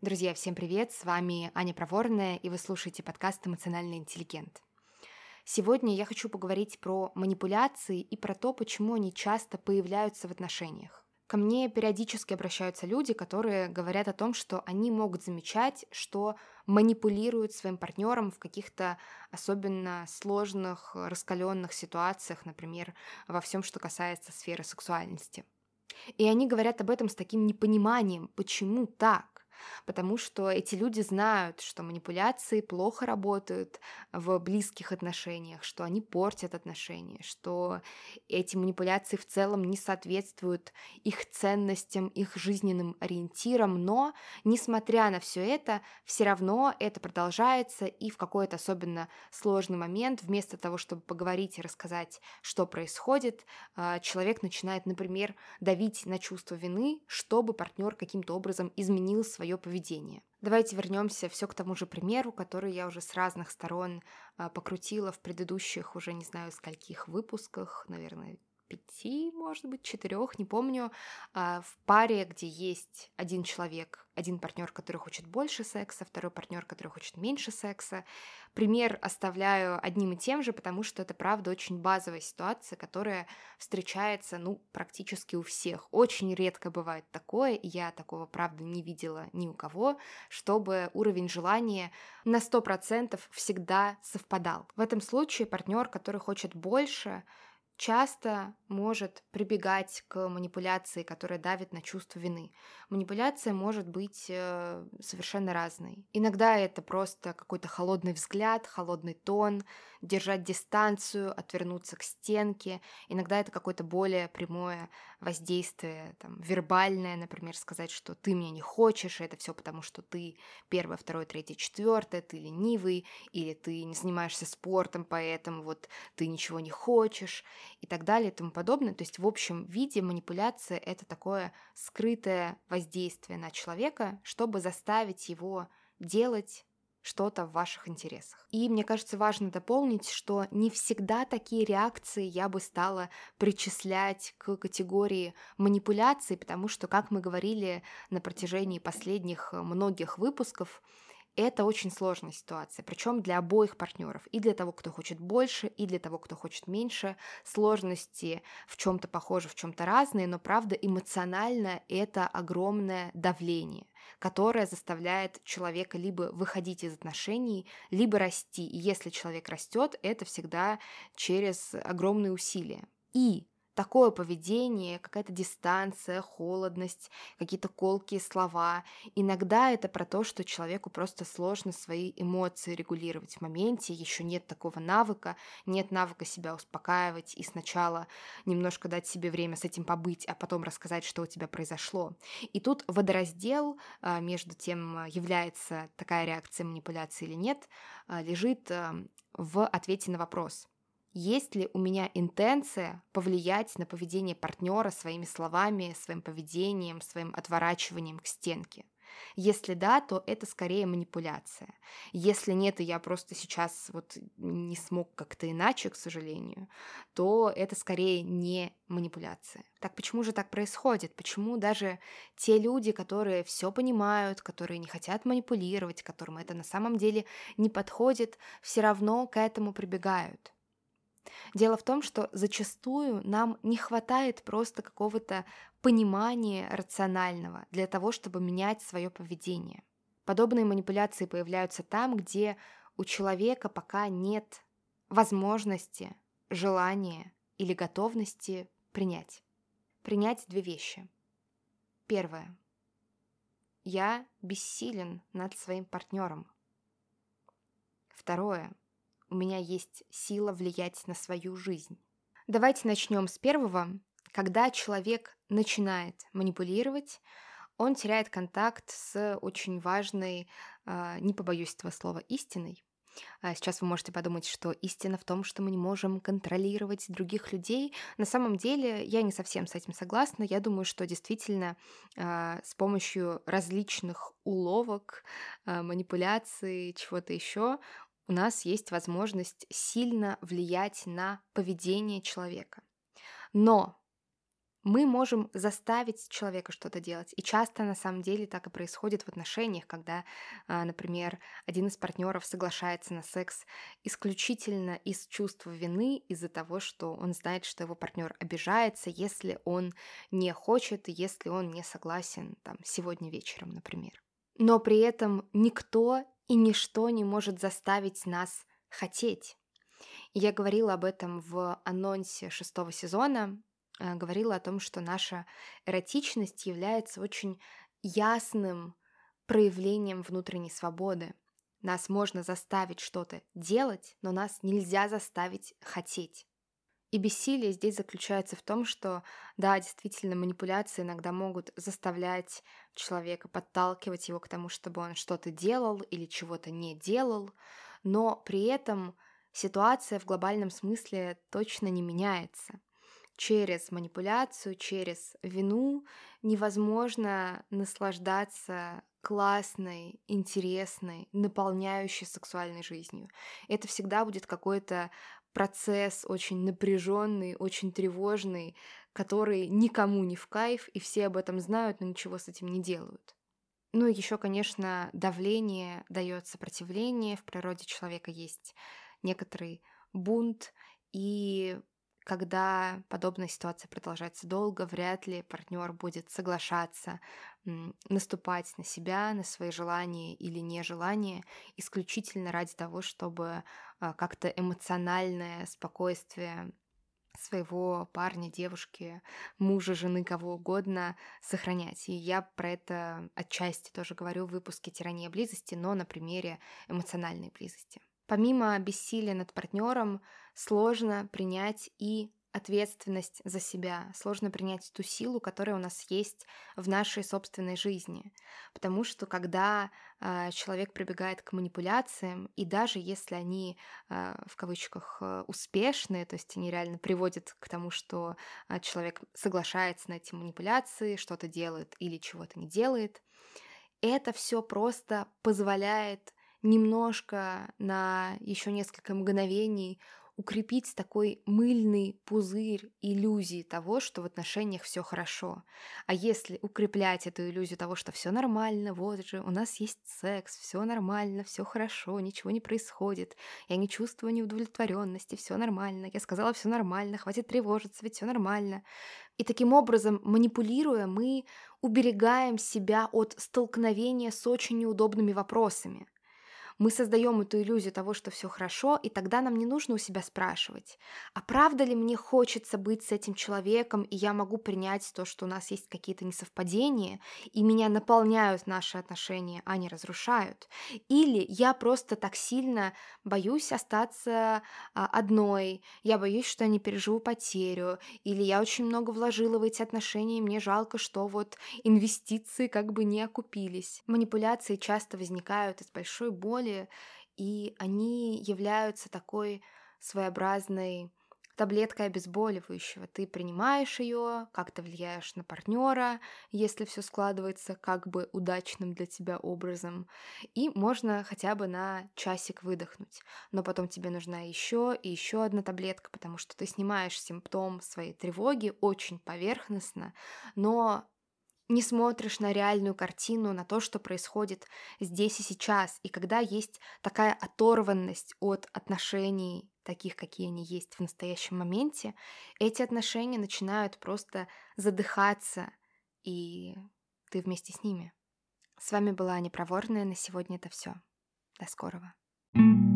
Друзья, всем привет! С вами Аня Проворная, и вы слушаете подкаст «Эмоциональный интеллигент». Сегодня я хочу поговорить про манипуляции и про то, почему они часто появляются в отношениях. Ко мне периодически обращаются люди, которые говорят о том, что они могут замечать, что манипулируют своим партнером в каких-то особенно сложных, раскаленных ситуациях, например, во всем, что касается сферы сексуальности. И они говорят об этом с таким непониманием, почему так? Потому что эти люди знают, что манипуляции плохо работают в близких отношениях, что они портят отношения, что эти манипуляции в целом не соответствуют их ценностям, их жизненным ориентирам, но, несмотря на все это, все равно это продолжается, и в какой-то особенно сложный момент, вместо того, чтобы поговорить и рассказать, что происходит, человек начинает, например, давить на чувство вины, чтобы партнер каким-то образом изменил свое поведение. Давайте вернемся все к тому же примеру, который я уже с разных сторон покрутила в предыдущих, уже не знаю, скольких выпусках, наверное, 5, может быть, 4, не помню, в паре, где есть один человек, один партнер, который хочет больше секса, второй партнер, который хочет меньше секса. Пример оставляю одним и тем же, потому что это, правда, очень базовая ситуация, которая встречается, практически у всех. Очень редко бывает такое, и я такого, правда, не видела ни у кого, чтобы уровень желания на 100% всегда совпадал. В этом случае партнер, который хочет больше, часто может прибегать к манипуляции, которая давит на чувство вины. Манипуляция может быть совершенно разной. Иногда это просто какой-то холодный взгляд, холодный тон, держать дистанцию, отвернуться к стенке. Иногда это какое-то более прямое воздействие, вербальное, например, сказать, что ты меня не хочешь, и это все потому, что ты первое, второе, третье, четвертое, ты ленивый, или ты не занимаешься спортом, поэтому вот ты ничего не хочешь, и так далее и тому подобное. То есть в общем виде манипуляция — это такое скрытое воздействие на человека, чтобы заставить его делать что-то в ваших интересах. И мне кажется, важно дополнить, что не всегда такие реакции я бы стала причислять к категории манипуляций, потому что, как мы говорили на протяжении последних многих выпусков, это очень сложная ситуация, причем для обоих партнеров, и для того, кто хочет больше, и для того, кто хочет меньше. Сложности в чем-то похожи, в чем-то разные, но правда эмоционально это огромное давление, которое заставляет человека либо выходить из отношений, либо расти. И если человек растет, это всегда через огромные усилия. И такое поведение, какая-то дистанция, холодность, какие-то колкие слова. Иногда это про то, что человеку просто сложно свои эмоции регулировать в моменте, еще нет такого навыка, нет навыка себя успокаивать и сначала немножко дать себе время с этим побыть, а потом рассказать, что у тебя произошло. И тут водораздел между тем, является такая реакция манипуляции или нет, лежит в ответе на вопрос. Есть ли у меня интенция повлиять на поведение партнера своими словами, своим поведением, своим отворачиванием к стенке? Если да, то это скорее манипуляция. Если нет, и я просто сейчас не смог как-то иначе, к сожалению, то это скорее не манипуляция. Так почему же так происходит? Почему даже те люди, которые все понимают, которые не хотят манипулировать, которым это на самом деле не подходит, все равно к этому прибегают? Дело в том, что зачастую нам не хватает просто какого-то понимания рационального для того, чтобы менять свое поведение. Подобные манипуляции появляются там, где у человека пока нет возможности, желания или готовности принять. Принять 2 вещи. Первое. Я бессилен над своим партнером. Второе. У меня есть сила влиять на свою жизнь. Давайте начнем с первого. Когда человек начинает манипулировать, он теряет контакт с очень важной, не побоюсь этого слова, истиной. Сейчас вы можете подумать, что истина в том, что мы не можем контролировать других людей. На самом деле я не совсем с этим согласна. Я думаю, что действительно с помощью различных уловок, манипуляций, чего-то еще у нас есть возможность сильно влиять на поведение человека. Но Мы можем заставить человека что-то делать. И часто на самом деле так и происходит в отношениях, когда, например, один из партнеров соглашается на секс исключительно из чувства вины, из-за того, что он знает, что его партнер обижается, если он не хочет, если он не согласен там, сегодня вечером, например. Но при этом никто и ничто не может заставить нас хотеть. И я говорила об этом в анонсе 6-го сезона, говорила о том, что наша эротичность является очень ясным проявлением внутренней свободы. Нас можно заставить что-то делать, но нас нельзя заставить хотеть. И бессилие здесь заключается в том, что, да, действительно, манипуляции иногда могут заставлять человека, подталкивать его к тому, чтобы он что-то делал или чего-то не делал, но при этом ситуация в глобальном смысле точно не меняется. Через манипуляцию, через вину невозможно наслаждаться классной, интересной, наполняющей сексуальной жизнью. Это всегда будет какой-то процесс очень напряженный, очень тревожный, который никому не в кайф, и все об этом знают, но ничего с этим не делают. Ну и еще, конечно, давление дает сопротивление. В природе человека есть некоторый бунт, и когда подобная ситуация продолжается долго, вряд ли партнер будет соглашаться наступать на себя, на свои желания или нежелания, исключительно ради того, чтобы как-то эмоциональное спокойствие своего парня, девушки, мужа, жены, кого угодно сохранять. И я про это отчасти тоже говорю в выпуске «Тирания близости», но на примере эмоциональной близости. Помимо бессилия над партнером, сложно принять и ответственность за себя, сложно принять ту силу, которая у нас есть в нашей собственной жизни. Потому что когда человек прибегает к манипуляциям, и даже если они в кавычках успешные, то есть они реально приводят к тому, что человек соглашается на эти манипуляции, что-то делает или чего-то не делает, это все просто позволяет немножко на еще несколько мгновений укрепить такой мыльный пузырь иллюзии того, что в отношениях все хорошо. А если укреплять эту иллюзию того, что все нормально, вот же, у нас есть секс, все нормально, все хорошо, ничего не происходит, я не чувствую неудовлетворенности, все нормально, я сказала, все нормально, хватит тревожиться, ведь все нормально. И таким образом, манипулируя, мы уберегаем себя от столкновения с очень неудобными вопросами. Мы создаем эту иллюзию того, что все хорошо, и тогда нам не нужно у себя спрашивать, а правда ли мне хочется быть с этим человеком, и я могу принять то, что у нас есть какие-то несовпадения, и меня наполняют наши отношения, а не разрушают. Или я просто так сильно боюсь остаться одной, я боюсь, что я не переживу потерю, или я очень много вложила в эти отношения, и мне жалко, что вот инвестиции как бы не окупились. Манипуляции часто возникают из большой боли, и они являются такой своеобразной таблеткой обезболивающего. Ты принимаешь ее, как-то влияешь на партнера, если все складывается как бы удачным для тебя образом, и можно хотя бы на часик выдохнуть. Но потом тебе нужна еще и еще одна таблетка, потому что ты снимаешь симптом своей тревоги очень поверхностно, но не смотришь на реальную картину, на то, что происходит здесь и сейчас. И когда есть такая оторванность от отношений, таких, какие они есть в настоящем моменте, эти отношения начинают просто задыхаться, и ты вместе с ними. С вами была Аня Проворная. На сегодня это все. До скорого.